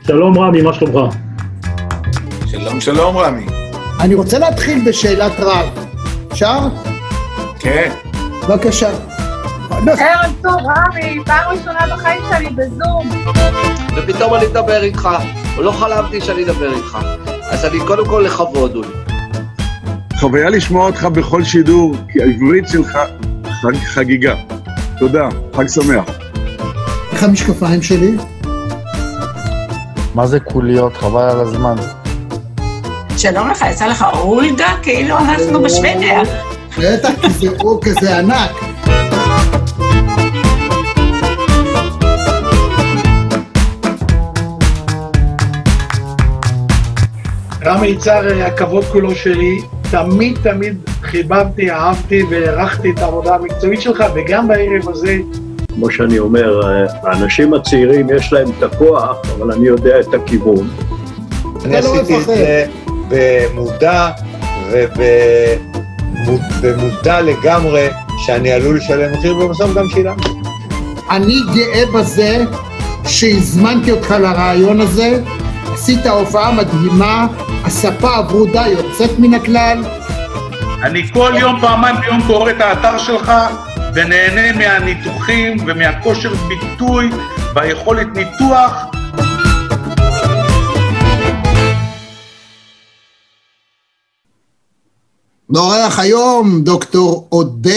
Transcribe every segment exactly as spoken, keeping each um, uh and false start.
שלום רמי, מה שלומך? שלום, שלום רמי. אני רוצה להתחיל בשאלת רב. אפשר? כן. בבקשה. ערב טוב, רמי, פעם ראשונה בחיים שלי בזום. ופתאום אני אדבר איתך, ולא חלמתי שאני אדבר איתך. אז אני קודם כל לכבוד, אולי. חוויה לשמוע אותך בכל שידור, כי העברית שלך חג, חגיגה. תודה, חג שמח. איך המשקפיים שלי? מה זה קוליות? חבל על הזמן. שלום לך, יצא לך אולגה? כאילו אנחנו בשוודיה. בטח, כי זה אור כזה ענק. רמי יצהר, הכבוד כולו שלי, תמיד תמיד חיבבתי, אהבתי והערכתי את העבודה המקצועית שלך, וגם בערב הזה, כמו שאני אומר, האנשים הצעירים יש להם את הכוח, אבל אני יודע את הכיוון. אני עשיתי את זה במודע ובמודע לגמרי שאני עלול לשלם מחיר, ובסוף גם שילם. אני גאה בזה שהזמנתי אותך לרעיון הזה, עשית הופעה מדהימה, הספה הברודה יוצאת מן הכלל. אני כל יום פעמיים ביום קורא את האתר שלך ונהנה מהניתוחים ומהכושר ביטוי והיכולת ניתוח. נורח היום דוקטור עודד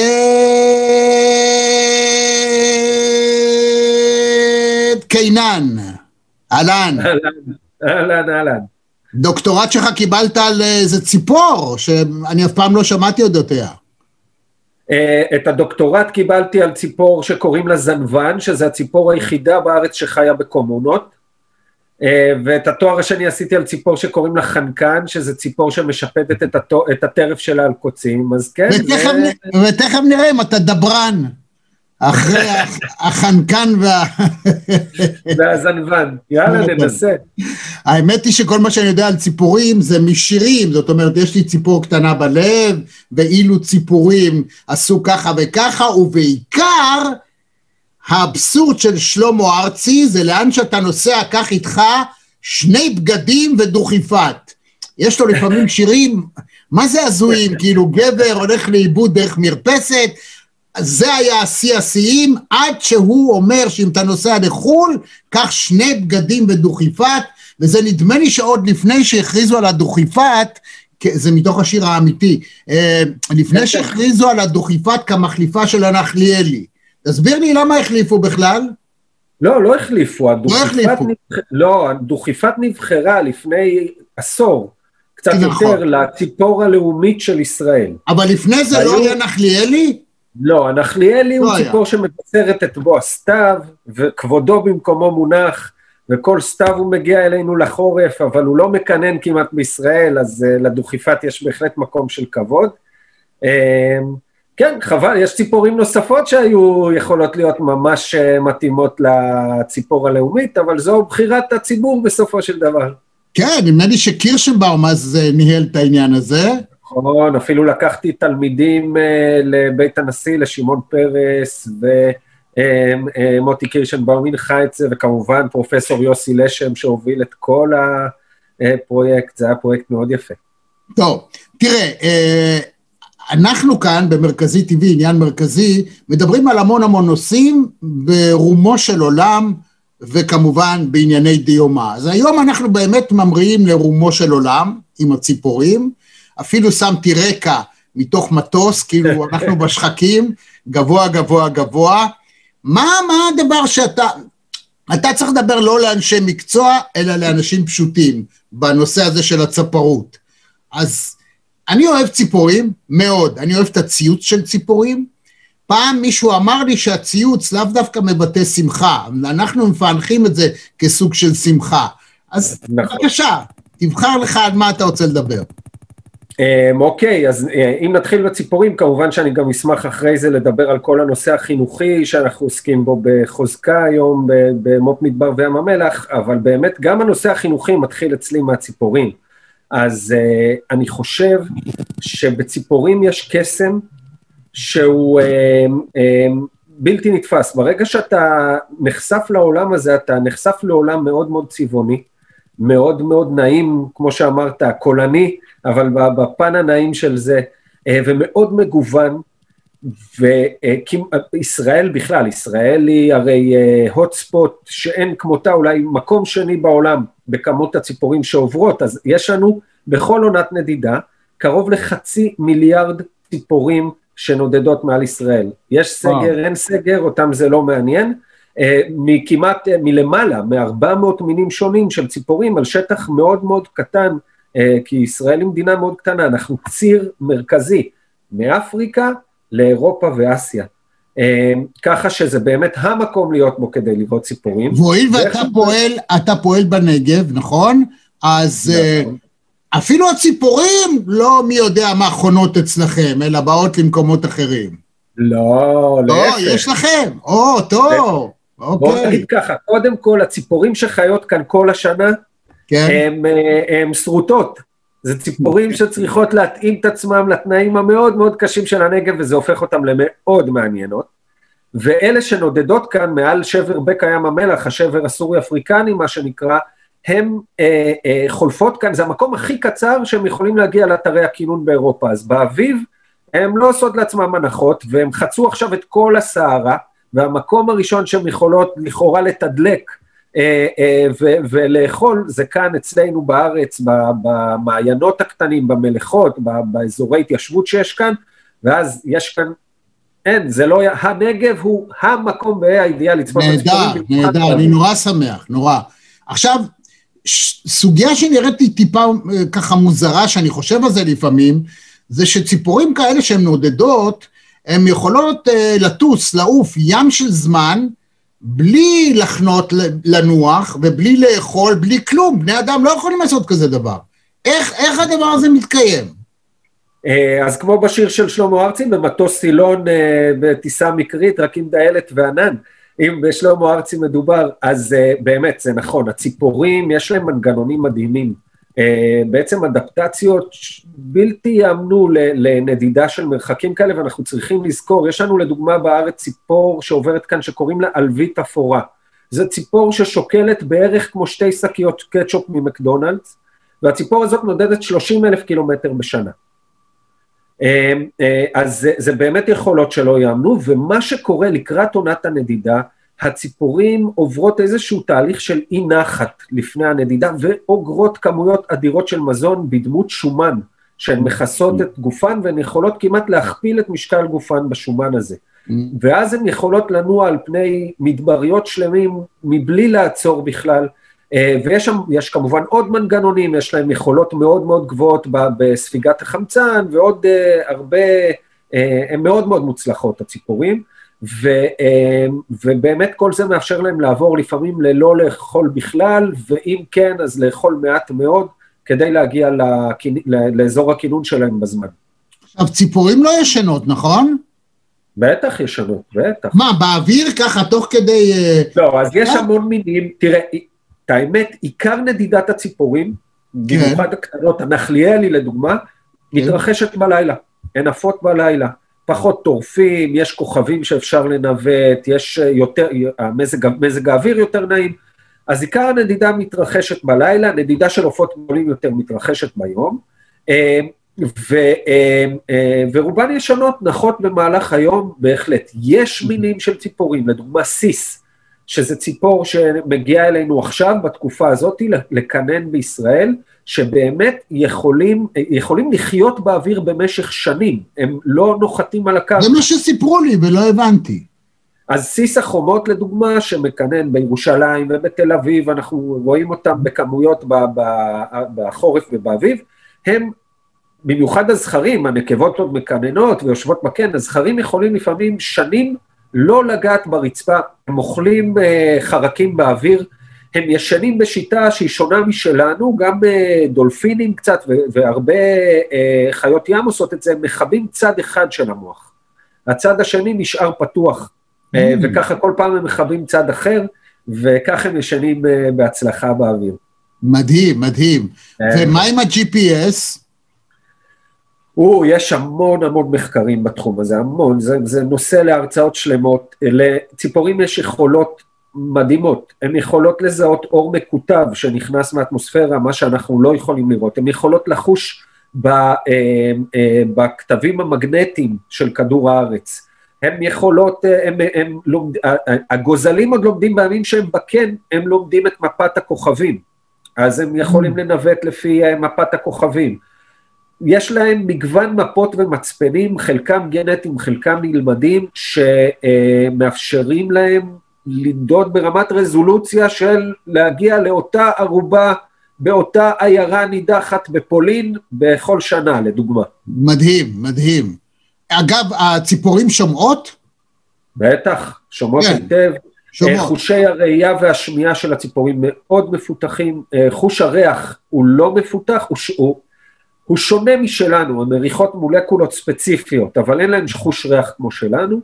קינן. אהלן. אהלן, אהלן. דוקטורט שלך קיבלת על איזה ציפור, שאני אף פעם לא שמעתי אודותיה. את הדוקטורט קיבלתי על ציפור שקוראים לה זנבן, שזה הציפור היחידה בארץ שחיה בקומונות, ואת התואר השני עשיתי על ציפור שקוראים לה חנקן, שזה ציפור שמשפטת את, התו, את הטרף שלה על קוצים, אז כן. ותכף, זה... ותכף נראה אם אתה דברן, אחרי החנקן וה... והזנבן, יאללה ננסה. האמת היא שכל מה שאני יודע על ציפורים זה משירים, זאת אומרת יש לי ציפור קטנה בלב, ואילו ציפורים עשו ככה וככה, ובעיקר האבסורד של שלמה ארצי זה לאן שאתה נוסע, קח איתך שני בגדים ודוכיפת. יש לו לפעמים שירים, מה זה הזויים? כאילו גבר הולך לאיבוד דרך מרפסת, זה היה השיא השיאים, עד שהוא אומר שאם אתה נוסע לחול, קח שני בגדים ודוכיפת, וזה נדמה לי שעוד לפני שהכריזו על הדוכיפת, זה מתוך השיר האמיתי, לפני שהכריזו על הדוכיפת כמחליפה של הנחליאלי. תסביר לי למה החליפו בכלל? לא, לא החליפו. לא החליפו. לא, הדוכיפת נבחרה לפני עשור, קצת יותר לציפור הלאומית של ישראל. אבל לפני זה לא היה נחליאלי? לא, הנחליאלי הוא ציפור שמבשרת את בו הסתיו, וכבודו במקומו מונח, וכל סתיו הוא מגיע אלינו לחורף, אבל הוא לא מקנן כמעט בישראל, אז לדוכיפת יש בהחלט מקום של כבוד. כן, חבל, יש ציפורים נוספות שהיו יכולות להיות ממש מתאימות לציפור הלאומית, אבל זו בחירת הציבור בסופו של דבר. כן, נדמה לי שקירשנבאום אז ניהל את העניין הזה. נכון, אפילו לקחתי תלמידים לבית הנשיא, לשמעון פרס ומוטי קירשנבאום הנחה את זה, וכמובן פרופסור יוסי לשם שהוביל את כל הפרויקט, זה היה פרויקט מאוד יפה. טוב, תראה, אנחנו כאן במרכזי טבעי, עניין מרכזי, מדברים על המון המון נושאים ברומו של עולם, וכמובן בענייני דיומה. אז היום אנחנו באמת ממריאים לרומו של עולם עם הציפורים, אפילו שמתי רקע מתוך מטוס, כאילו אנחנו בשחקים, גבוה, גבוה, גבוה. מה, מה הדבר שאתה, אתה צריך לדבר לא לאנשי מקצוע, אלא לאנשים פשוטים, בנושא הזה של הצפרות. אז אני אוהב ציפורים, מאוד, אני אוהב את הציוץ של ציפורים. פעם מישהו אמר לי שהציוץ לאו דווקא מבטא שמחה, אנחנו מפענחים את זה כסוג של שמחה. אז בבקשה, תבחר לך על מה אתה רוצה לדבר. אוקיי, אז אם נתחיל בציפורים, כמובן שאני גם אשמח אחרי זה לדבר על כל הנושא החינוכי שאנחנו עוסקים בו בחוזקה היום במות מדבר ים המלח, אבל באמת גם הנושא החינוכי מתחיל אצלי מהציפורים. אז אני חושב שבציפורים יש קסם שהוא בלתי נתפס. ברגע שאתה נחשף לעולם הזה, אתה נחשף לעולם מאוד מאוד צבעוני, מאוד מאוד נעים, כמו שאמרת, קולני, אבל בפן הנעים של זה, ומאוד מגוון, וישראל בכלל, ישראל היא הרי הוטספוט שאין כמותה, אולי מקום שני בעולם בכמות הציפורים שעוברות, אז יש לנו בכל עונת נדידה, קרוב לחצי מיליארד ציפורים שנודדות מעל ישראל. יש סגר, אין סגר, אותם זה לא מעניין, מכמעט, מלמעלה, מ-ארבע מאות מינים שונים של ציפורים, על שטח מאוד מאוד קטן, כי ישראל היא מדינה מאוד קטנה, אנחנו ציר מרכזי, מאפריקה לאירופה ואסיה. ככה שזה באמת המקום להיות בו כדי לראות ציפורים. והואיל ואתה פועל, אתה פועל בנגב, נכון? אז אפילו הציפורים לא מי יודע מה חונות אצלכם, אלא באות למקומות אחרים. לא, להפך. יש לכם, או, טוב. בואו נגיד ככה, קודם כל, הציפורים שחיות כאן כל השנה, הן שרוטות. זה ציפורים שצריכות להתאים את עצמם לתנאים המאוד מאוד קשים של הנגב, וזה הופך אותם למאוד מעניינות. ואלה שנודדות כאן מעל שבר בקע ים המלח, השבר הסורי-אפריקני, מה שנקרא, הן אה, אה, חולפות כאן, זה המקום הכי קצר שהם יכולים להגיע לאתרי הכינון באירופה, אז באביב הם לא עושות לעצמם הנחות, והם חצו עכשיו את כל הסערה, והמקום הראשון שהם יכולות לכאורה לתדלק, אה, אה, ו- ולאכול, זה כאן אצלנו בארץ, במעיינות הקטנים, במלחות, באזורי התיישבות שיש כאן, ואז יש כאן, אין, זה לא, הנגב הוא המקום באי הידיעה לצפות. נהדר, נהדר, אני נורא שמח, נורא. עכשיו, סוגיה שנראית לי טיפה ככה מוזרה, שאני חושב על זה לפעמים, זה שציפורים כאלה שהן נודדות, הן יכולות לטוס, לעוף ים של זמן, בלי לחנות לנוח, ובלי לאכול, בלי כלום. בני אדם לא יכולים לעשות כזה דבר. איך, איך הדבר הזה מתקיים? אז כמו בשיר של שלמה ארצי, במטוס סילון בטיסה מקרית, רק עם דיילת וענן, אם בשלמה ארצי מדובר, אז באמת זה נכון, הציפורים יש להם מנגנונים מדהימים, בעצם אדפטציות בלתי יאמנו לנדידה של מרחקים כאלה, ואנחנו צריכים לזכור, יש לנו לדוגמה בארץ ציפור שעוברת כאן שקוראים לה אלווית אפורה, זה ציפור ששוקלת בערך כמו שתי שקיות קטשופ ממקדונלדס, והציפור הזאת נודדת שלושים אלף קילומטר בשנה. אז זה, זה באמת יכולות שלא יאמנו, ומה שקורה לקראת עונת הנדידה, הציפורים עוברות איזשהו תהליך של אי נחת לפני הנדידה, ואוגרות כמויות אדירות של מזון בדמות שומן, שהן מכסות את גופן, והן יכולות כמעט להכפיל את משקל גופן בשומן הזה. ואז הן יכולות לנוע על פני מדבריות שלמים, מבלי לעצור בכלל, ויש שם, יש כמובן עוד מנגנונים, יש להם יכולות מאוד מאוד גבוהות בספיגת החמצן, ועוד הרבה, הן מאוד מאוד מוצלחות הציפורים, ו, ובאמת כל זה מאפשר להם לעבור לפעמים ללא לאכול בכלל, ואם כן, אז לאכול מעט מאוד, כדי להגיע לאזור הכינון שלהם בזמן. עכשיו, ציפורים לא ישנות, נכון? בטח ישנות, בטח. מה, באוויר ככה, תוך כדי... לא, אז יש המון מינים, תראה, את האמת, עיקר נדידת הציפורים, במיוחד הקטנות, הנחליאלי לדוגמה, מתרחשת בלילה, הן עפות בלילה, פחות טורפים, יש כוכבים שאפשר לנווט, יש יותר, המזג, מזג האוויר יותר נעים, אז עיקר הנדידה מתרחשת בלילה, נדידה של עופות גדולים יותר מתרחשת ביום, ו, ורובן ישנות נחות במהלך היום בהחלט. יש מינים של ציפורים, לדוגמה סיס, שזה ציפור שמגיע אלינו עכשיו בתקופה הזאת לקנן בישראל, שבאמת יכולים, יכולים לחיות באוויר במשך שנים, הם לא נוחתים על הקרקע. זה מה שסיפרו לי ולא הבנתי. אז סיס החומות לדוגמה שמקנן בירושלים ובתל אביב, אנחנו רואים אותם בכמויות בחורף ובאביב, הם במיוחד הזכרים, הנקבות עוד מקננות ויושבות בקן, הזכרים יכולים לפעמים שנים לא לגעת ברצפה, הם אוכלים חרקים באוויר, הם ישנים בשיטה שהיא שונה משלנו, גם דולפינים קצת והרבה חיות ים עושות את זה, הם מחבים צד אחד של המוח, הצד השני נשאר פתוח, וככה כל פעם הם מחבים צד אחר, וככה הם ישנים בהצלחה באוויר. מדהים, מדהים. ומה עם ה-ג'י פי אס? או, יש המון המון מחקרים בתחום הזה, המון, זה, זה נושא להרצאות שלמות, לציפורים יש יכולות מדהימות, הן יכולות לזהות אור מקוטב שנכנס מהאטמוספירה, מה שאנחנו לא יכולים לראות, הן יכולות לחוש בכתבים המגנטיים של כדור הארץ, הן יכולות, הם, הם לומד, הגוזלים עוד לומדים בימים שהם בקן, הם לומדים את מפת הכוכבים, אז הם יכולים לנווט לפי מפת הכוכבים, יש להם מגוון מפות ומצפנים, חלקם גנטיים, חלקם נלמדים, שמאפשרים להם למדוד ברמת רזולוציה של להגיע לאותה ערובה, באותה עיירה נידחת בפולין, בכל שנה, לדוגמה. מדהים, מדהים. אגב, הציפורים שומעות? בטח, שומעות היטב. שומעות. חושי הראייה והשמיעה של הציפורים מאוד מפותחים, חוש הריח הוא לא מפותח, הוא... הוא הוא שונה משלנו, הן מריחות מולקולות ספציפיות, אבל אין להם חוש ריח כמו שלנו,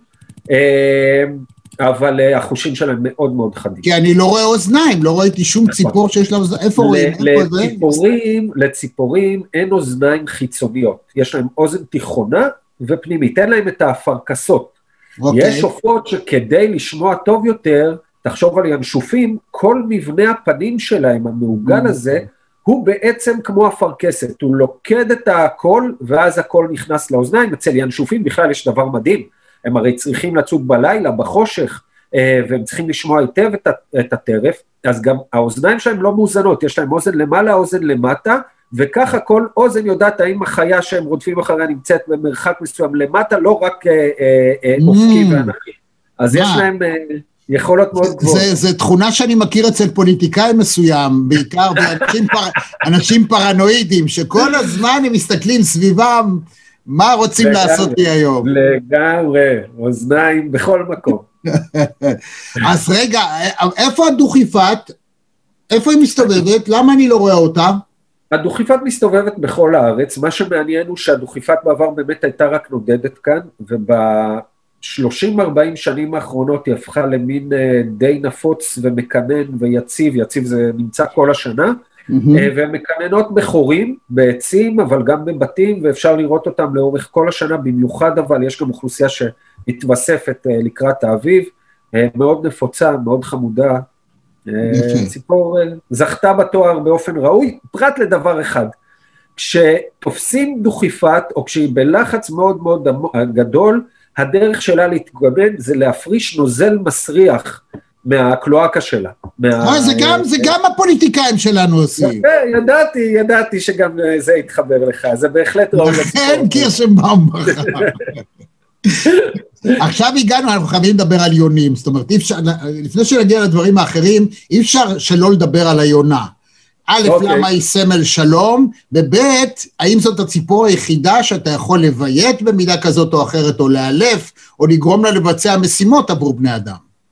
אבל החושים שלהם מאוד מאוד חדים. כי אני לא רואה אוזניים, לא ראיתי שום ציפור שיש לה אוזניים, איפה רואים? לציפורים, לציפורים אין אוזניים חיצוניות, יש להם אוזן תיכונה ופנימית, אין להם את האפרקסות. יש עופות שכדי לשמוע טוב יותר, תחשוב על ינשופים, כל מבנה הפנים שלהם, המעוגל הזה, הוא בעצם כמו אפרכסת, הוא לוקד את הכל, ואז הכל נכנס לאוזניים, אצל ינשופים בכלל יש דבר מדהים, הם הרי צריכים לצוג בלילה, בחושך, והם צריכים לשמוע היטב את הטרף, אז גם האוזניים שלהם לא מאוזנות, יש להם אוזן למעלה, אוזן למטה, וככה כל אוזן יודעת האם החיה שהם רודפים אחריה נמצאת במרחק מסוים למטה, לא רק אופקי ואנכי. אז יש להם... יכולות מאוד גבוהות. זה תכונה שאני מכיר אצל פוליטיקאי מסוים, בעיקר אנשים פרנואידים, שכל הזמן הם מסתכלים סביבם, מה רוצים לעשות לי היום. לגמרי, אוזניים בכל מקום. אז רגע, איפה הדוכיפת? איפה היא מסתובבת? למה אני לא רואה אותה? הדוכיפת מסתובבת בכל הארץ, מה שמעניין הוא שהדוכיפת בעבר באמת הייתה רק נודדת כאן, וב... שלושים ארבעים שנים האחרונות היא הפכה למין די נפוץ ומקנן ויציב, יציב זה נמצא כל השנה, mm-hmm. והן מקננות בחורים, בעצים, אבל גם בבתים, ואפשר לראות אותם לאורך כל השנה, במיוחד אבל יש גם אוכלוסייה שמתווספת לקראת האביב, מאוד נפוצה, מאוד חמודה, ציפור זכתה בתואר באופן ראוי, פרט לדבר אחד, כשתופסים דוכיפת, או כשהיא בלחץ מאוד מאוד גדול, הדרך שלה להתגונן זה להפריש נוזל מסריח מהקלואקה שלה. זה גם, זה גם הפוליטיקאים שלנו עושים. ידעתי, ידעתי שגם זה יתחבר לך, זה בהחלט ראוי לציפור. לכן קירשנבאום בחר. עכשיו הגענו, אנחנו חייבים לדבר על יונים, זאת אומרת, לפני שנגיע לדברים האחרים, אי אפשר שלא לדבר על היונה. א', למה היא סמל שלום, וב', האם זאת הציפור היחידה שאתה יכול לביית במידה כזאת או אחרת, או לאלף, או לגרום לה לבצע משימות עבור בני אדם?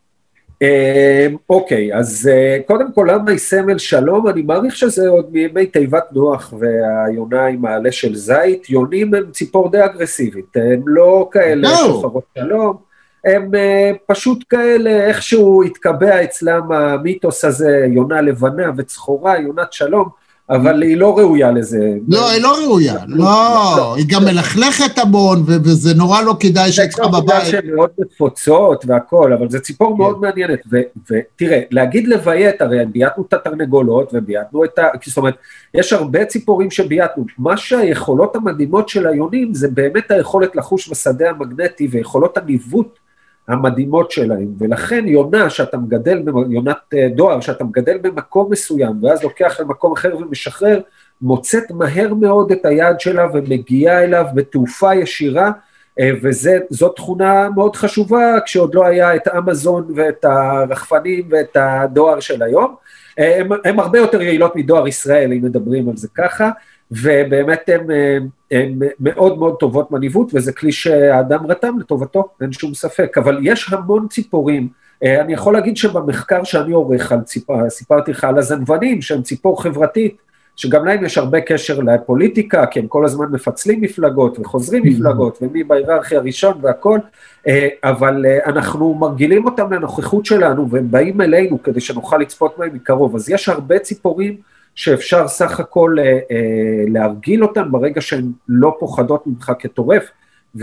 אוקיי, אז קודם כל, למה היא סמל שלום? אני מעריך שזה עוד מימי תיבת נוח והיונה עם העלה של זית, יונים הם ציפור די אגרסיבית, הם לא כאלה שוחרות שלום, הם פשוט כאלה, איכשהו התקבע אצלם המיתוס הזה, יונה לבנה וצחורה, יונת שלום, אבל היא לא ראויה לזה. לא, היא לא ראויה, לא, היא גם מלכלכת המון, וזה נורא לא כדאי שאצלך בבית. זה שהן מאוד מפוצות והכל, אבל זה ציפור מאוד מעניינת, ותראה, להגיד לביית, הרי בייתנו את התרנגולות, ובייתנו את ה... זאת אומרת, יש הרבה ציפורים שבייתנו, מה שהיכולות המדהימות של היונים, זה באמת היכולת לחוש בשדה המגנטי, ויכולות הניווט המדהימות שלהם, ולכן יונה שאתה מגדל, יונת דואר, שאתה מגדל במקום מסוים, ואז לוקח למקום אחר ומשחרר, מוצאת מהר מאוד את היעד שלה, ומגיעה אליו בתעופה ישירה, וזו תכונה מאוד חשובה, כשעוד לא היה את אמזון, ואת הרחפנים, ואת הדואר של היום, הם, הם הרבה יותר יעילות מדואר ישראל, אם מדברים על זה ככה, ובאמת הן, הן מאוד מאוד טובות מניווט, וזה כלי שהאדם רתם לטובתו, אין שום ספק, אבל יש המון ציפורים, אני יכול להגיד שבמחקר שאני עורך, על ציפ... סיפרתי לך על הזנבנים, שהם ציפור חברתית, שגם להם יש הרבה קשר לפוליטיקה, כי הם כל הזמן מפצלים מפלגות וחוזרים מפלגות, ומי בהיררכיה הראשון והכל, אבל אנחנו מרגילים אותם לנוכחות שלנו, והם באים אלינו כדי שנוכל לצפות מהם מקרוב, אז יש הרבה ציפורים, שאפשר סך הכל אה, אה, להרגיל אותם ברגע שהן לא פוחדות ממך כטורף,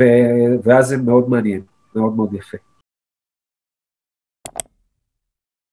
ואז זה מאוד מעניין, מאוד מאוד יפה.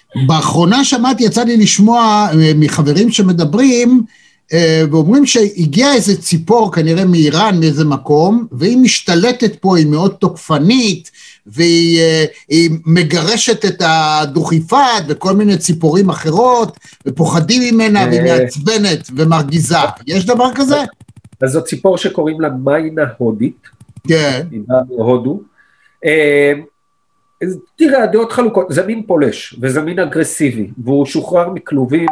באחרונה שמעתי, יצא לי לשמוע מחברים שמדברים, ואומרים שהגיעה איזה ציפור כנראה מאיראן מאיזה מקום, והיא משתלטת פה, היא מאוד תוקפנית, והיא מגרשת את הדוכיפת וכל מיני ציפורים אחרות, ופוחדים ממנה והיא מעצבנת ומרגיזה. יש דבר כזה? אז זו ציפור שקוראים לה מיינה הודית. כן. הודו. תראה, הדעות חלוקות, זה מין פולש, וזה מין אגרסיבי, והוא שוחרר מכלובים,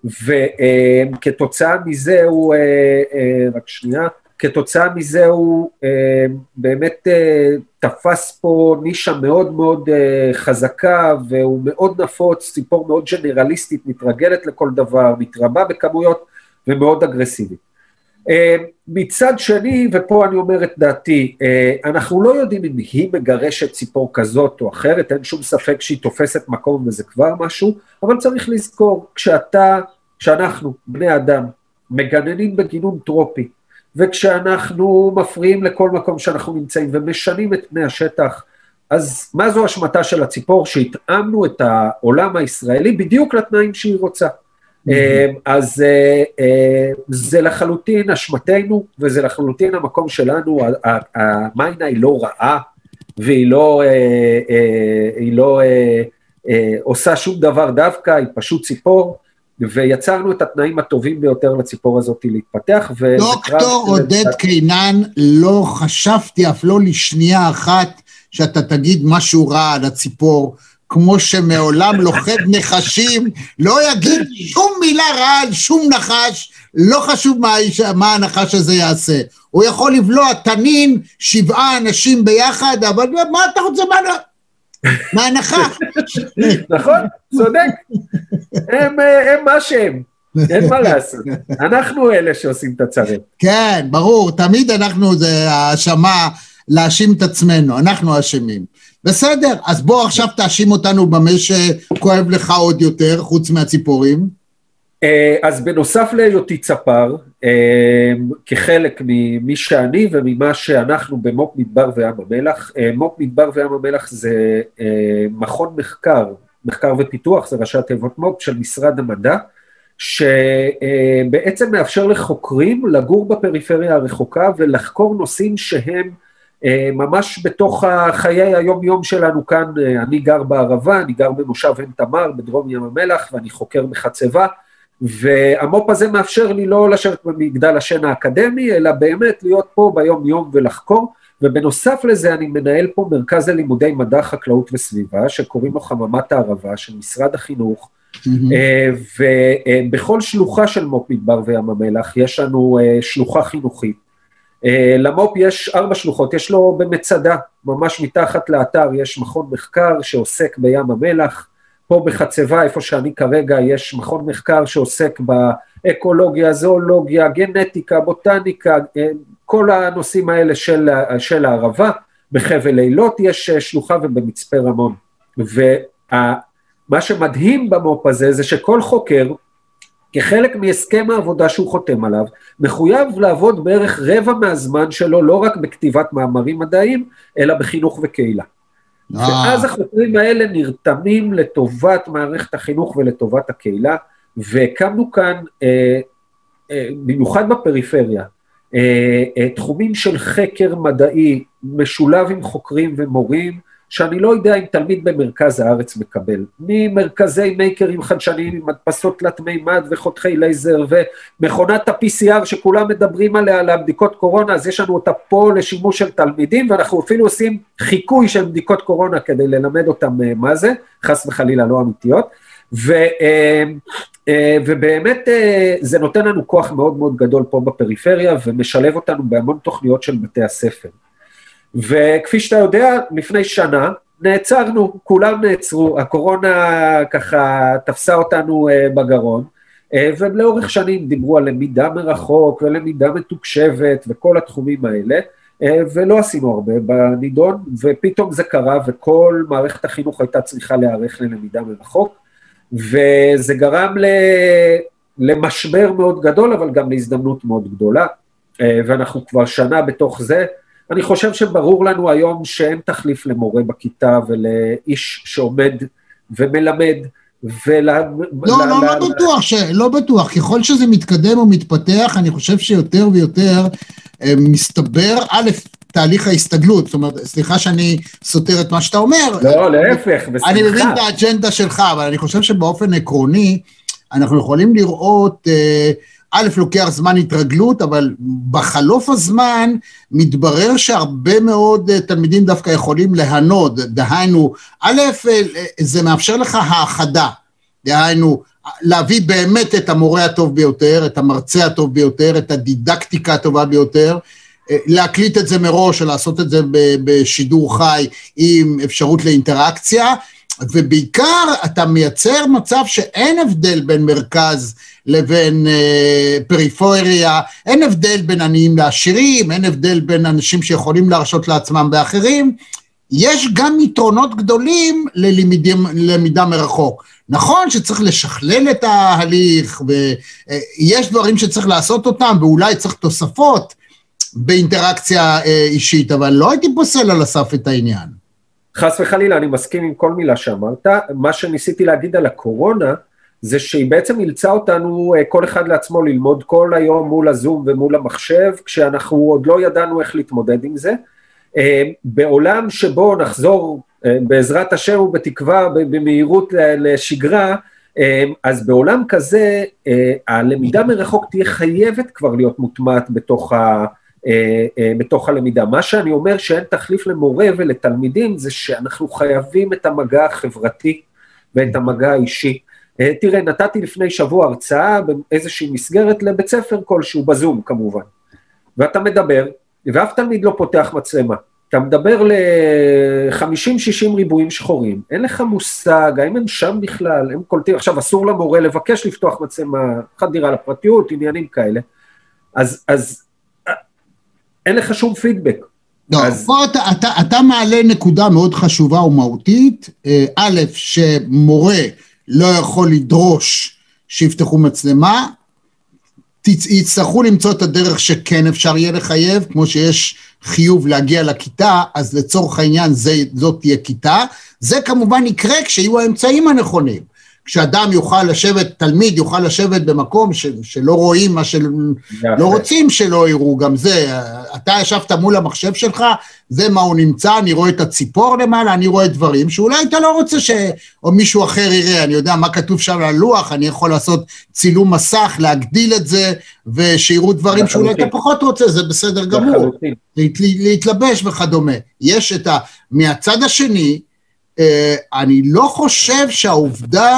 וכתוצאה מזה הוא, רק שנייה, כתוצאה מזה הוא באמת תפס פה נישה מאוד מאוד חזקה, והוא מאוד נפוץ, ציפור מאוד ג'נרליסטית, מתרגלת לכל דבר, מתרבה בכמויות, ומאוד אגרסיבית. מצד שני, ופה אני אומר את דעתי, אנחנו לא יודעים אם היא מגרשת ציפור כזאת או אחרת, אין שום ספק שהיא תופסת מקום וזה כבר משהו, אבל צריך לזכור, כשאתה, כשאנחנו, בני אדם, מגננים בגינון טרופי, וכשאנחנו מפריעים לכל מקום שאנחנו נמצאים ומשנים את פני השטח, אז מה זו השמטה של הציפור? שהתאמנו את העולם הישראלי בדיוק לתנאים שהיא רוצה. אז זה לחלוטין אשמתנו, וזה לחלוטין המקום שלנו, המיינה היא לא רעה, והיא לא, היא לא עושה שום דבר דווקא, היא פשוט ציפור, ויצרנו את התנאים הטובים ביותר לציפור הזאת להתפתח. דוקטור עודד קינן, לא חשבתי אף לא לשנייה אחת, שאתה תגיד משהו רע על הציפור, כמו שמעולם לוחד נחשים, לא יגיד שום מילה רע על שום נחש, לא חשוב מה, מה הנחש הזה יעשה. הוא יכול לבלוע תנין, שבעה אנשים ביחד, אבל מה אתה רוצה מה, מה הנחש? נכון, צודק. הם, הם מה שהם, אין מה לעשות. אנחנו אלה שעושים את הצרים. כן, ברור, תמיד אנחנו, זה האשמה להאשים את עצמנו, אנחנו האשמים. בסדר, אז בוא עכשיו תאשים אותנו במה שכואב לך עוד יותר, חוץ מהציפורים. אז בנוסף להיותי צפר, כחלק ממי שאני וממה שאנחנו במו"פ מדבר וים המלח, מו"פ מדבר וים המלח זה מכון מחקר, מחקר ופיתוח, זה ראשי תיבות מו"פ של משרד המדע, שבעצם מאפשר לחוקרים לגור בפריפריה הרחוקה ולחקור נושאים שהם ממש בתוך חיי היום יום שלנו כאן. אני גר בערבה, אני גר במושב עין תמר בדרום ים המלח, ואני חוקר בחצבה, והמו"פ הזה מאפשר לי לא לשבת במגדל השן האקדמי, אלא באמת להיות פה ביום יום ולחקור, ובנוסף לזה אני מנהל פה מרכז ללימודי מדע, חקלאות וסביבה, שקוראים לו חממת הערבה של משרד החינוך, ובכל שלוחה של מו"פ מדבר וים המלח יש לנו שלוחה חינוכית, למו"פ יש ארבע שלוחות, יש לו במצדה, ממש מתחת לאתר יש מכון מחקר שעוסק בים המלח, פה בחצבה, איפה שאני כרגע, יש מכון מחקר שעוסק באקולוגיה, זואולוגיה, גנטיקה, בוטניקה, כל הנושאים האלה של, של הערבה, בחבל אילות יש שלוחה ובמצפה רמון, ומה שמדהים במו"פ הזה, זה שכל חוקר, כחלק מהסכם העבודה שהוא חותם עליו, מחויב לעבוד בערך רבע מהזמן שלו, לא רק בכתיבת מאמרים מדעיים, אלא בחינוך וקהילה. ואז החוקרים האלה נרתמים לטובת מערכת החינוך ולטובת הקהילה, והקמנו כאן, במיוחד בפריפריה, תחומים של חקר מדעי, משולב עם חוקרים ומורים, שאני לא יודע אם תלמיד במרכז הארץ מקבל, ממרכזי מייקרים חדשניים, עם מדפסות תלת מימד וחותכי לייזר, ומכונת ה-פי סי אר שכולם מדברים עליה, על הבדיקות קורונה, אז יש לנו אותה פה לשימוש של תלמידים, ואנחנו אפילו עושים חיקוי של בדיקות קורונה, כדי ללמד אותם מה זה, חס וחלילה לא אמיתיות, ו, ובאמת זה נותן לנו כוח מאוד מאוד גדול פה בפריפריה, ומשלב אותנו בהמון תוכניות של בתי הספר. וכפי שאתה יודע, לפני שנה נעצרנו, כולם נעצרו, הקורונה ככה תפסה אותנו בגרון, ולאורך שנים דיברו על למידה מרחוק ולמידה מתוקשבת וכל התחומים האלה, ולא עשינו הרבה בנידון, ופתאום זה קרה וכל מערכת החינוך הייתה צריכה להיערך ללמידה מרחוק, וזה גרם למשבר מאוד גדול, אבל גם להזדמנות מאוד גדולה, ואנחנו כבר שנה בתוך זה. אני חושב שברור לנו היום שאין תחליף למורה בכיתה ולאיש שעומד ומלמד ול... לא, לא, לא בטוח, ש... לא בטוח, ככל שזה מתקדם ומתפתח, אני חושב שיותר ויותר מסתבר, א', תהליך ההסתגלות, זאת אומרת, סליחה שאני סותר את מה שאתה אומר. לא, להפך, בשמחה. אני מבין את האג'נדה שלך, אבל אני חושב שבאופן עקרוני, אנחנו יכולים לראות, א', לוקח זמן התרגלות, אבל בחלוף הזמן, מתברר שהרבה מאוד תלמידים דווקא יכולים להנות, דהיינו, א', זה מאפשר לך האחדה, דהיינו, להביא באמת את המורה הטוב ביותר, את המרצה הטוב ביותר, את הדידקטיקה הטובה ביותר, להקליט את זה מראש, או לעשות את זה בשידור חי עם אפשרות לאינטראקציה, ובעיקר אתה מייצר מצב שאין הבדל בין מרכז לבין אה, פריפריה, אין הבדל בין עניים לעשירים, אין הבדל בין אנשים שיכולים להרשות לעצמם באחרים, יש גם יתרונות גדולים ללמידים, ללמידה מרחוק. נכון שצריך לשכלל את ההליך, ויש דברים שצריך לעשות אותם, ואולי צריך תוספות באינטראקציה אישית, אבל לא הייתי פוסל על הסף את העניין. חס וחלילה, אני מסכים עם כל מילה שאמרת. מה שניסיתי להגיד על הקורונה, זה שהיא בעצם אילצה אותנו, כל אחד לעצמו, ללמוד כל היום מול הזום ומול המחשב, כשאנחנו עוד לא ידענו איך להתמודד עם זה. בעולם שבו נחזור בעזרת השם ובתקווה במהירות לשגרה, אז בעולם כזה הלמידה מרחוק תהיה חייבת כבר להיות מוטמעת בתוך, ה, בתוך הלמידה. מה שאני אומר שאין תחליף למורה ולתלמידים זה שאנחנו חייבים את המגע החברתי ואת המגע האישי. תראה, נתתי לפני שבוע הרצאה באיזושהי מסגרת לבית ספר כלשהו בזום כמובן, ואתה מדבר ואף תלמיד לא פותח מצלמה. אתה מדבר ל-חמישים שישים ריבועים שחורים, אין לך מושג, האם הם שם בכלל, הם קולטים, עכשיו אסור למורה לבקש לפתוח מצלמה, חדירה לפרטיות, עניינים כאלה, אז, אז אין לך שום פידבק. לא, אז... פה אתה, אתה, אתה מעלה נקודה מאוד חשובה ומהותית, א', שמורה לא יכול לדרוש שיפתחו מצלמה, יצטרכו למצוא את הדרך שכן אפשר יהיה לחייב, כמו שיש חיוב להגיע לכיתה, אז לצורך העניין זה, זאת תהיה כיתה, זה כמובן יקרה כשיהיו האמצעים הנכונים, כשאדם יוכל לשבת, תלמיד יוכל לשבת במקום ש, שלא רואים מה שלא לא רוצים שלא יראו, גם זה, אתה ישבת מול המחשב שלך, זה מה הוא נמצא, אני רואה את הציפור למעלה, אני רואה דברים, שאולי אתה לא רוצה ש... או מישהו אחר יראה, אני יודע מה כתוב שם על הלוח, אני יכול לעשות צילום מסך, להגדיל את זה, ושיראו דברים שאולי אתה פחות רוצה, זה בסדר גמור, להת, להתלבש וכדומה. יש את ה... מהצד השני, אני לא חושב שהעובדה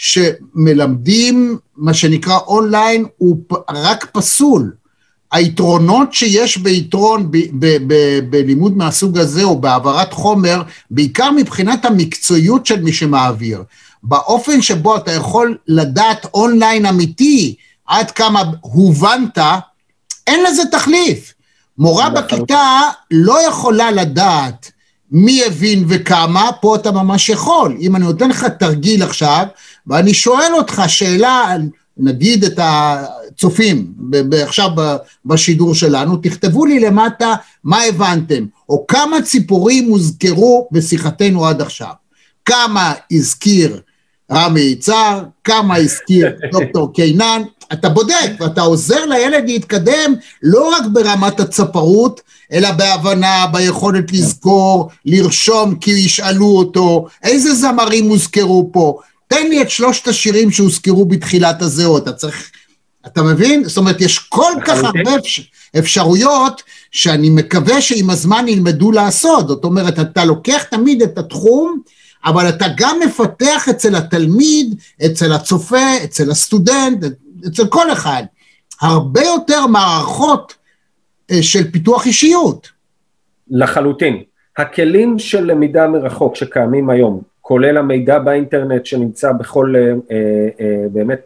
שמלמדים מה שנקרא אונליין הוא רק פסול. היתרונות שיש ביתרון ב- ב- ב- בלימוד מהסוג הזה או בעברת חומר, בעיקר מבחינת המקצועיות של מי שמעביר, באופן שבו אתה יכול לדעת אונליין אמיתי עד כמה הובנת, אין לזה תחליף. מורה בכיתה לא יכולה לדעת מי הבין וכמה, פה אתה ממש יכול. אם אני נותן לך תרגיל עכשיו, ואני שואל אותך שאלה, נגיד את הצופים, עכשיו בשידור שלנו, תכתבו לי למטה מה הבנתם, או כמה ציפורים הוזכרו בשיחתנו עד עכשיו. כמה הזכיר רמי יצהר, כמה הזכיר דוקטור קינן, אתה בודק, ואתה עוזר לילד להתקדם, לא רק ברמת הצפרות, אלא בהבנה, ביכולת לזכור, לרשום כי ישאלו אותו, איזה זמרים הוזכרו פה, תן לי את שלושת השירים שהוזכרו בתחילת הזהו, אתה צריך, אתה מבין? זאת אומרת, יש כל כך הרבה אפשרויות, שאני מקווה שעם הזמן ילמדו לעשות, זאת אומרת, אתה לוקח תמיד את התחום, אבל אתה גם מפתח אצל התלמיד, אצל הצופה, אצל הסטודנט, אצל כל אחד, הרבה יותר מערכות של פיתוח אישיות. לחלוטין. הכלים של למידה מרחוק שקיימים היום, כולל המידע באינטרנט שנמצא בכל, באמת,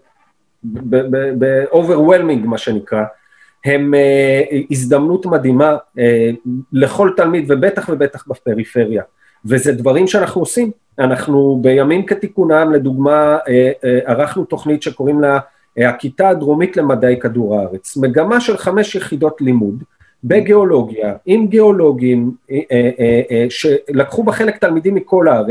ב-overwhelming מה שנקרא, הם הזדמנות מדהימה לכל תלמיד, ובטח ובטח בפריפריה. וזה דברים שאנחנו עושים. אנחנו בימים כתיקונם, לדוגמה, ערכנו תוכנית שקוראים לה הכיתה הדרומית למדעי כדור הארץ, מגמה של חמש יחידות לימוד בגיאולוגיה, עם גיאולוגים שלקחו בחלק תלמידים מכל הארץ,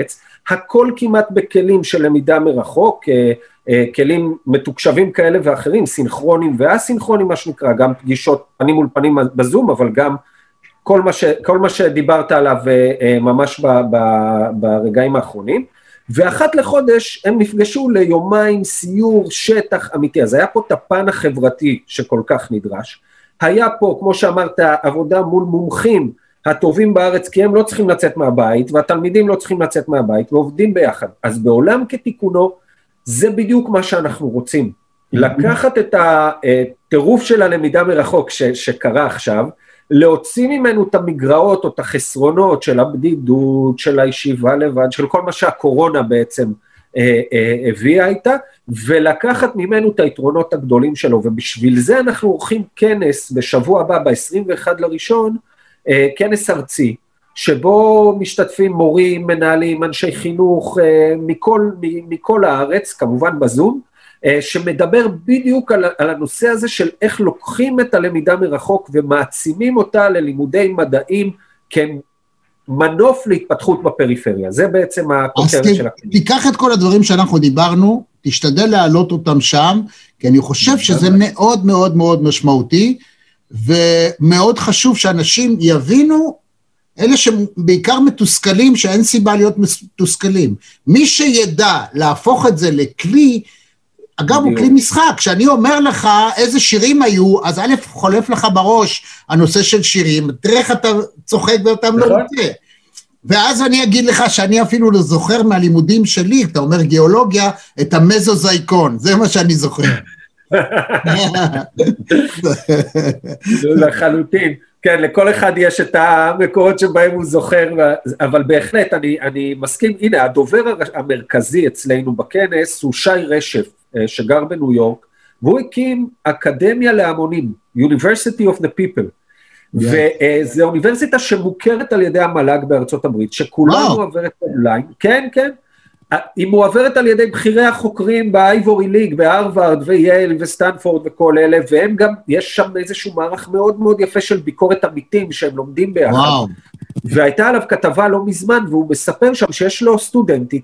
הכל כמעט בכלים של למידה מרחוק, כלים מתוקשבים כאלה ואחרים, סינכרונים ואסינכרונים, מה שנקרא, גם פגישות פנים מול פנים בזום, אבל גם כל מה, ש, כל מה שדיברת עליו ממש ב, ב, ברגעים האחרונים, ואחת לחודש הם נפגשו ליומיים סיור שטח אמיתי, אז היה פה את הפן החברתי שכל כך נדרש, היה פה, כמו שאמרת, עבודה מול מומחים הטובים בארץ, כי הם לא צריכים לצאת מהבית, והתלמידים לא צריכים לצאת מהבית, ועובדים ביחד, אז בעולם כתיקונו, זה בדיוק מה שאנחנו רוצים, לקחת את הטירוף של הלמידה מרחוק ש, שקרה עכשיו, להוציא ממנו את המגרעות או את החסרונות של הבדידות, של הישיבה לבד, של כל מה שהקורונה בעצם אה, אה, הביאה איתה, ולקחת ממנו את היתרונות הגדולים שלו, ובשביל זה אנחנו עורכים כנס בשבוע הבא, ב-עשרים ואחד לראשון, אה, כנס ארצי, שבו משתתפים מורים, מנהלים, אנשי חינוך, אה, מכל, מכל הארץ, כמובן בזום, שמדבר בדיוק על, על הנושא הזה של איך לוקחים את הלמידה מרחוק ומעצימים אותה ללימודי מדעים כמנוף להתפתחות בפריפריה. זה בעצם הכותרת של הכנס. תיקח את כל הדברים שאנחנו דיברנו, תשתדל להעלות אותם שם, כי אני חושב שזה מאוד מאוד מאוד משמעותי, ומאוד חשוב שאנשים יבינו, אלה שבעיקר מתוסכלים, שאין סיבה להיות מתוסכלים. מי שידע להפוך את זה לכלי, אגב, הוא כלי משחק, כשאני אומר לך איזה שירים היו, אז א' חולף לך בראש הנושא של שירים, תראה איך אתה צוחק ואתה לא רוצה. ואז אני אגיד לך שאני אפילו לא זוכר מהלימודים שלי, אתה אומר גיאולוגיה, את המזוזייקון, זה מה שאני זוכר. לחלוטין. כן, לכל אחד יש את המקורות שבהם הוא זוכר, אבל בהחלט אני, אני מסכים, הנה, הדובר המרכזי אצלנו בכנס הוא שי רשף, שגר בניו יורק, והוא הקים אקדמיה להמונים, University of the People, yeah. וזו אוניברסיטה שמוכרת על ידי המל"ג בארצות הברית, שכולה wow. מועברת אונליין, כן, כן, היא מועברת על ידי בחירי החוקרים באייבורי ליג, בהרווארד וייל וסטנפורד וכל אלה, והם גם, יש שם איזשהו מערך מאוד מאוד יפה של ביקורת עמיתים שהם לומדים ביחד, wow. והייתה עליו כתבה לא מזמן, והוא מספר שם שיש לו סטודנטית,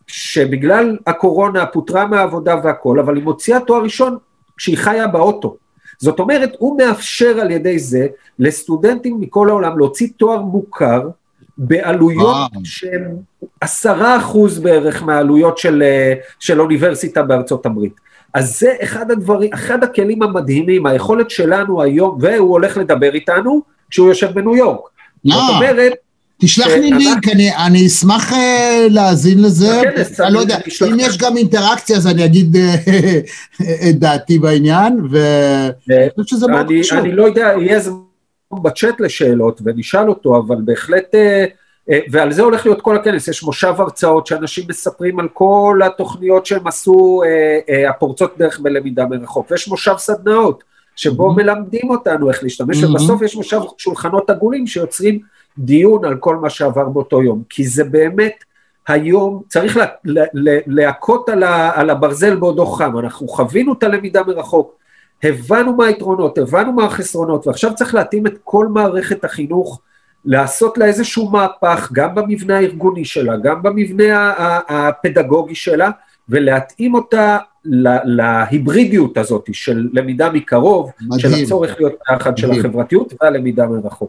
שבגלל הקורונה פוטרה מהעבודה והכל, אבל היא מוציאה תואר ראשון כשהיא חיה באוטו. זאת אומרת, הוא מאפשר על ידי זה לסטודנטים מכל העולם להוציא תואר מוכר, בעלויות שהן עשרה אחוז בערך מהעלויות של, של אוניברסיטה בארצות הברית. אז זה אחד הדברים, אחד הכלים המדהימים, היכולת שלנו היום, והוא הולך לדבר איתנו כשהוא יושב בניו יורק. זאת אומרת, תשלח לי לינק, אני אשמח להאזין לזה, אני לא יודע, אם יש גם אינטראקציה, אז אני אגיד את דעתי בעניין, ואני חושב שזה מאוד חשוב. אני לא יודע, יהיה זמן בצ'אט לשאלות, ונשאל אותו, אבל בהחלט, ועל זה הולך להיות כל הכנס, יש מושב הרצאות, שאנשים מספרים על כל התוכניות שהם עשו, הפורצות דרך בלמידה מרחוק, ויש מושב סדנאות, שבו מלמדים אותנו איך להשתמש, ובסוף יש מושב שולחנות עגולים, שיוצרים דיון על כל מה שעבר באותו יום, כי זה באמת היום, צריך לה, לה, לה, להכות על, על הברזל בעודו חם, אנחנו חווינו את הלמידה מרחוק, הבנו מה היתרונות, הבנו מה החסרונות, ועכשיו צריך להתאים את כל מערכת החינוך, לעשות לה איזשהו מהפך, גם במבנה הארגוני שלה, גם במבנה הפדגוגי שלה, ולהתאים אותה להיברידיות הזאת, של למידה מקרוב, מדהים. של הצורך להיות האחד של החברתיות, והלמידה מרחוק.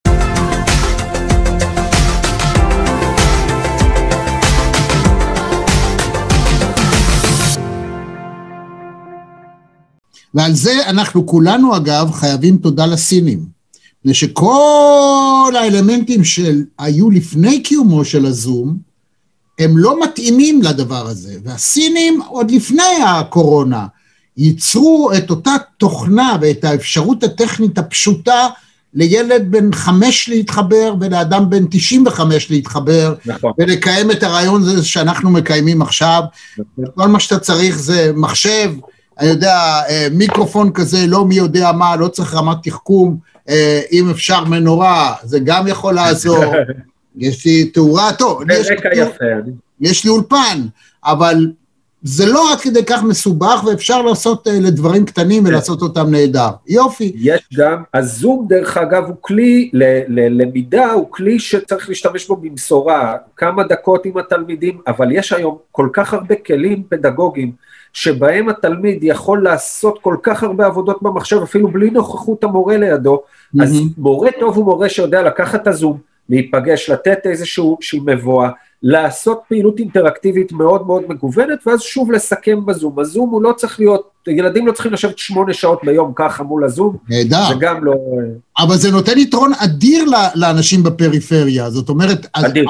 ועל זה אנחנו כולנו אגב חייבים תודה לסינים, מפני שכל האלמנטים שהיו לפני קיומו של הזום, הם לא מתאימים לדבר הזה, והסינים עוד לפני הקורונה, ייצרו את אותה תוכנה ואת האפשרות הטכנית הפשוטה, לילד בן חמש להתחבר, ולאדם בן תשעים וחמש להתחבר, נכון. ולקיים את הרעיון הזה שאנחנו מקיימים עכשיו, נכון. כל מה שאתה צריך זה מחשב, אני יודע, מיקרופון כזה, לא מי יודע מה, לא צריך רמת תחכום, אם אפשר מנורה, זה גם יכול לעזור, יש לי תאורה, טוב, יש לי, יש לי אולפן, אבל זה לא עד כדי כך מסובך, ואפשר לעשות לדברים קטנים ולעשות אותם נהדר. יופי. יש גם, הזום דרך אגב הוא כלי, ללמידה הוא כלי שצריך להשתמש בו במשורה, כמה דקות עם התלמידים, אבל יש היום כל כך הרבה כלים פדגוגיים, שבהם התלמיד יכול לעשות כל כך הרבה עבודות במחשב, אפילו בלי נוכחות המורה לידו, אז מורה טוב הוא מורה שיודע לקחת את הזום, להיפגש, לתת איזשהו שהיא מבואה, לעשות פעילות אינטראקטיבית מאוד מאוד מגוונת, ואז שוב לסכם בזום. הזום הוא לא צריך להיות, ילדים לא צריכים לשבת שמונה שעות ביום ככה מול הזום. נהדר. זה גם לא... אבל זה נותן יתרון אדיר לאנשים בפריפריה, זאת אומרת, אדיר.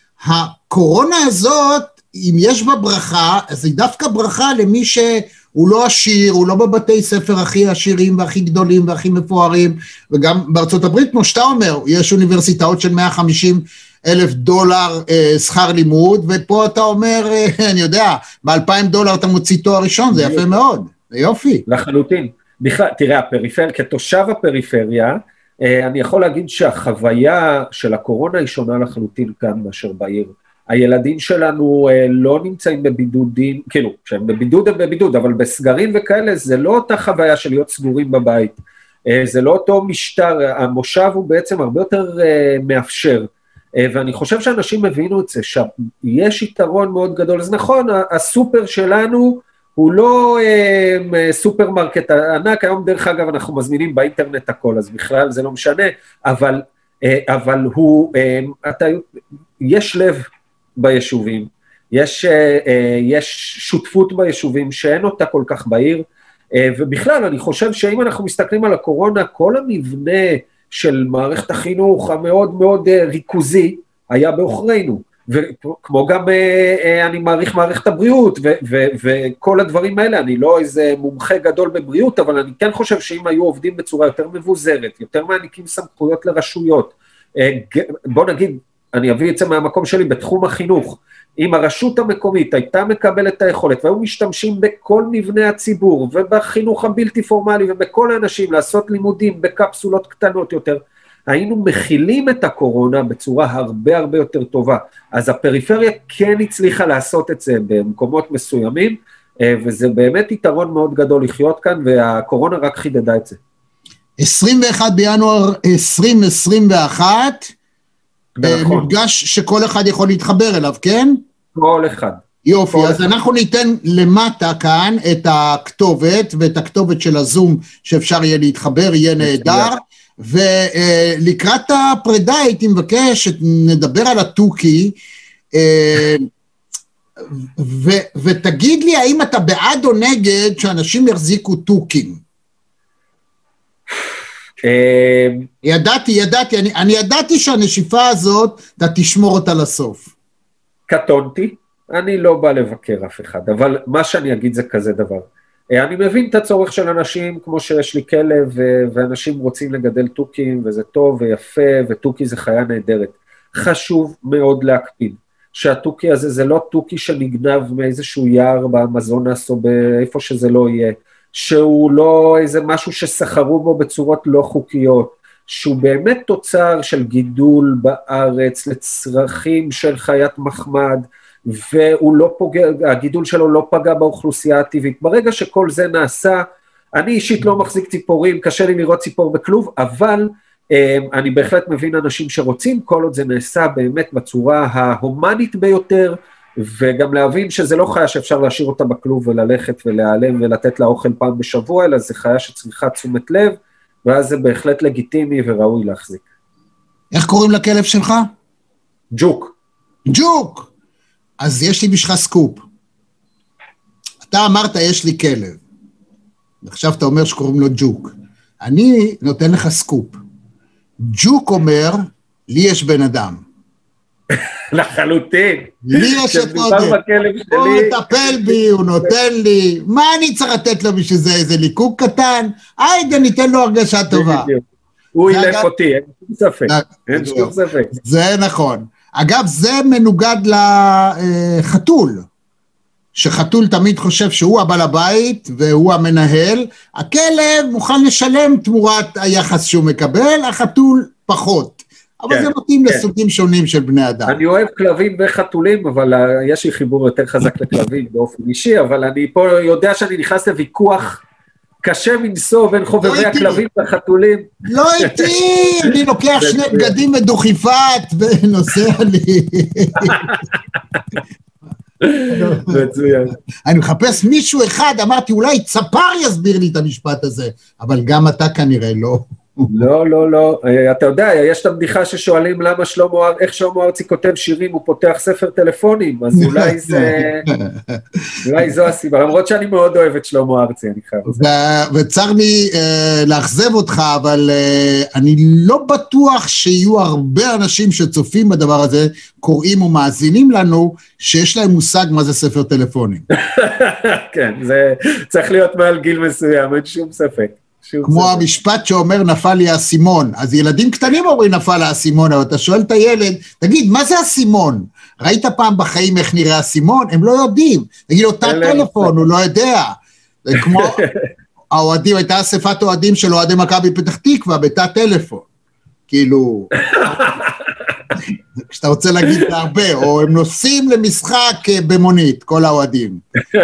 הקורונה הזאת, אם יש בה ברכה, אז היא דווקא ברכה למי שהוא לא עשיר, הוא לא בבתי ספר הכי עשירים והכי גדולים והכי מפוארים, וגם בארצות הברית, כמו שאתה אומר, יש אוניברסיטאות של מאה וחמישים אלף דולר אה, שכר לימוד, ופה אתה אומר, אה, אני יודע, ב-אלפיים דולר אתה מוציא תואר ראשון, זה יפה מאוד, זה יופי. לחלוטין. בכלל, תראה, הפריפריה, כתושב הפריפריה, אה, אני יכול להגיד שהחוויה של הקורונה היא שונה לחלוטין כאן מאשר בעיר. הילדים שלנו אה, לא נמצאים בבידודים, כאילו, שהם בבידוד הם בבידוד, אבל בסגרים וכאלה, זה לא אותה חוויה של להיות סגורים בבית, אה, זה לא אותו משטר, המושב הוא בעצם הרבה יותר אה, מאפשר, אה, ואני חושב שאנשים הבינו את זה, שיש יתרון מאוד גדול, אז נכון, הסופר שלנו הוא לא אה, סופרמרקט ענק, היום דרך אגב אנחנו מזמינים באינטרנט הכל, אז בכלל זה לא משנה, אבל, אה, אבל הוא, אה, אתה, יש לב, ביישובים, יש, יש שותפות ביישובים שאין אותה כל כך בעיר, ובכלל אני חושב שאם אנחנו מסתכלים על הקורונה, כל המבנה של מערכת החינוך המאוד מאוד ריכוזי היה באוכרינו, וכמו גם אני מעריך מערכת הבריאות, ו- ו- וכל הדברים האלה, אני לא איזה מומחה גדול בבריאות, אבל אני כן חושב שאם היו עובדים בצורה יותר מבוזרת, יותר מעניקים סמכויות לרשויות, בוא נגיד, אני אביא את זה מהמקום שלי בתחום החינוך, אם הרשות המקומית הייתה מקבלת את היכולת, והיו משתמשים בכל מבנה הציבור, ובחינוך הבלתי פורמלי, ובכל האנשים לעשות לימודים בקפסולות קטנות יותר, היינו מכילים את הקורונה בצורה הרבה הרבה יותר טובה, אז הפריפריה כן הצליחה לעשות את זה במקומות מסוימים, וזה באמת יתרון מאוד גדול לחיות כאן, והקורונה רק חידדה את זה. עשרים ואחד בינואר עשרים עשרים ואחת, מפגש שכל אחד יכול להתחבר אליו, כן? כל אחד. יופי, אז אנחנו ניתן למטה כאן את הכתובת, ואת הכתובת של הזום שאפשר יהיה להתחבר, יהיה נהדר, ולקראת הפרידה הייתי מבקש שנדבר על התוכי, ותגיד לי האם אתה בעד או נגד שאנשים יחזיקו תוכים? ידעתי, ידעתי, אני, אני ידעתי שהנשיפה הזאת, אתה תשמור אותה לסוף. קטונתי, אני לא בא לבקר אף אחד, אבל מה שאני אגיד זה כזה דבר. אני מבין את הצורך של אנשים, כמו שיש לי כלב, ואנשים רוצים לגדל תוכים, וזה טוב ויפה, ותוכי זה חיה נהדרת. חשוב מאוד להקפיד, שהתוכי הזה זה לא תוכי שנגנב מאיזשהו יער באמזונס, או באיפה שזה לא יהיה, שהוא לא איזה משהו שסחרו בו בצורות לא חוקיות, שהוא באמת תוצר של גידול בארץ לצרכים של חיית מחמד, והוא לא פוגע, הגידול שלו לא פגע באוכלוסייה הטבעית. ברגע שכל זה נעשה, אני אישית לא מחזיק ציפורים, קשה לי לראות ציפור בכלוב, אבל אני בהחלט מבין אנשים שרוצים, כל עוד זה נעשה באמת בצורה ההומנית ביותר, וגם להבין שזה לא חיה שאפשר להשאיר אותה בכלוב וללכת ולהיעלם ולתת לה אוכל פעם בשבוע, אלא זה חיה שצריכה תשומת לב, ואז זה בהחלט לגיטימי וראוי להחזיק. איך קוראים לכלב שלך? ג'וק. ג'וק! אז יש לי בשביל סקופ. אתה אמרת יש לי כלב, ועכשיו אתה אומר שקוראים לו ג'וק. אני נותן לך סקופ. ג'וק אומר, לי יש בן אדם. לחלוטין. לי יש את עודם. הוא מטפל בי, הוא נותן לי. מה אני צריך לתת לו בשביל זה? איזה ליקוק קטן? היידה, ניתן לו הרגשה טובה. הוא ילך אותי, אין שום ספק. אין שום ספק. זה נכון. אגב, זה מנוגד לחתול. שחתול תמיד חושב שהוא הבעל הבית והוא המנהל. הכלב מוכן לשלם תמורת היחס שהוא מקבל, החתול פחות. אבל זה מתאים לסוגים שונים של בני אדם. אני אוהב כלבים וחתולים, אבל יש לי חיבור יותר חזק לכלבים באופן אישי, אבל אני פה יודע שאני נכנס לוויכוח קשה מנסוע בין חובבי הכלבים והחתולים. לא איתי, אני לוקח שני בגדים מדוכיפת ונוסע לי. מצוין. אני מחפש מישהו אחד, אמרתי, אולי צפר יסביר לי את המשפט הזה, אבל גם אתה כנראה לא. לא, לא, לא. אתה יודע, יש את הבדיחה ששואלים למה שלמה, איך שלמה ארצי כותב שירים, הוא פותח ספר טלפונים, אז אולי זה, אולי זו הסיבה, למרות שאני מאוד אוהב את שלמה ארצי, אני חייב. וצר לי לאכזב אותך, אבל אני לא בטוח שיהיו הרבה אנשים שצופים בדבר הזה, קוראים ומאזינים לנו, שיש להם מושג מה זה ספר טלפונים. כן, זה צריך להיות מעל גיל מסוים, אין שום ספק. כמו המשפט שאומר נפל לי האסימון, אז ילדים קטנים אומרים נפל האסימון, אבל אתה שואל את הילד, תגיד, מה זה האסימון? ראית פעם בחיים איך נראה האסימון? הם לא יודעים. תגיד, אותה טלפון, הוא לא יודע. זה כמו, האוהדים, הייתה אספת אוהדים של אוהדי מכבי פתח תקווה, בתא טלפון. כאילו, כשאתה רוצה להגיד את הרבה, או הם נוסעים למשחק במונית, כל האוהדים.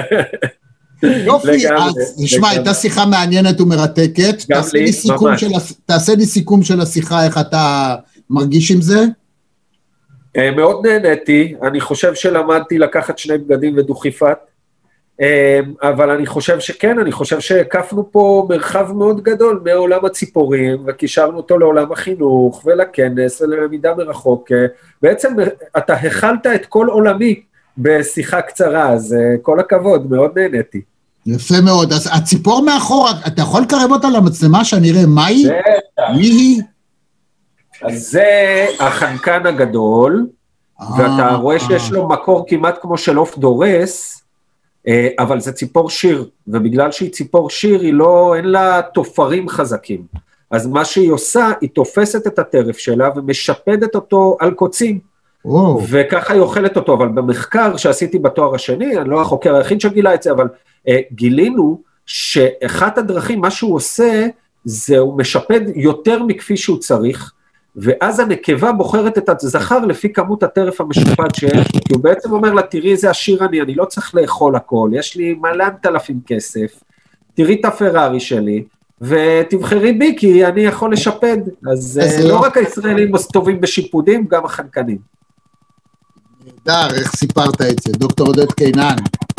יופי, אז נשמע, הייתה שיחה מעניינת ומרתקת, תעשה לי סיכום של השיחה, איך אתה מרגיש עם זה? מאוד נהניתי, אני חושב שלמדתי לקחת שני בגדים ודוכיפת, אבל אני חושב שכן, אני חושב שהקפנו פה מרחב מאוד גדול מעולם הציפורים, וקישרנו אותו לעולם החינוך ולכנס וללמידה מרחוק, בעצם אתה החלת את כל עולמי, בשיחה קצרה, אז כל הכבוד, מאוד נהניתי. יפה מאוד, אז הציפור מאחור, אתה יכול לקרב אותה למצלמה שאני אראה מה היא? מי היא? אז זה החנקן הגדול, ואתה רואה שיש לו מקור כמעט כמו של עוף דורס, אבל זה ציפור שיר, ובגלל שהיא ציפור שיר, היא לא, אין לה תופרים חזקים. אז מה שהיא עושה, היא תופסת את הטרף שלה, ומשפדת אותו על קוצים, Wow. וככה היא אוכלת אותו, אבל במחקר שעשיתי בתואר השני, אני לא החוקר היחיד שגילה את זה, אבל uh, גילינו שאחת הדרכים, מה שהוא עושה, זה הוא משפד יותר מכפי שהוא צריך, ואז הנקבה בוחרת את הזכר לפי כמות הטרף המשופד שיש, כי הוא בעצם אומר לה, תראי איזה עשיר אני, אני לא צריך לאכול הכל, יש לי מלנת אלפים כסף, תראי את הפרארי שלי, ותבחרי בי, כי אני יכול לשפד, אז uh, לא רק הישראלים טובים בשיפודים, גם החנקנים. נהדר, איך סיפרת את זה, דוקטור עודד קינן.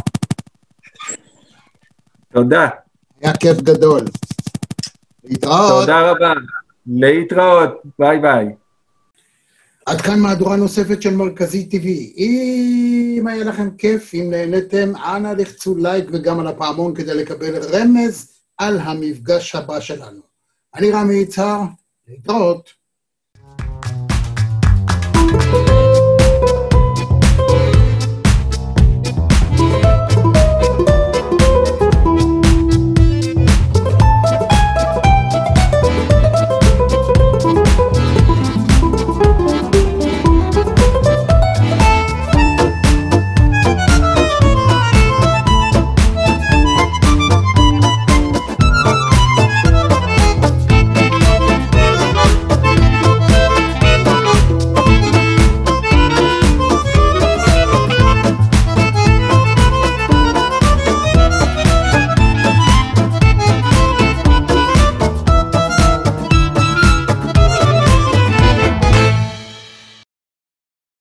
תודה. היה כיף גדול. להתראות. תודה רבה. להתראות. ביי ביי. עד כאן מהדורה נוספת של מרכזי טבעי. אם היה לכם כיף, אם נהנתם, אנא לחצו לייק וגם על הפעמון כדי לקבל רמז על המפגש הבא שלנו. אני רמי יצהר, להתראות.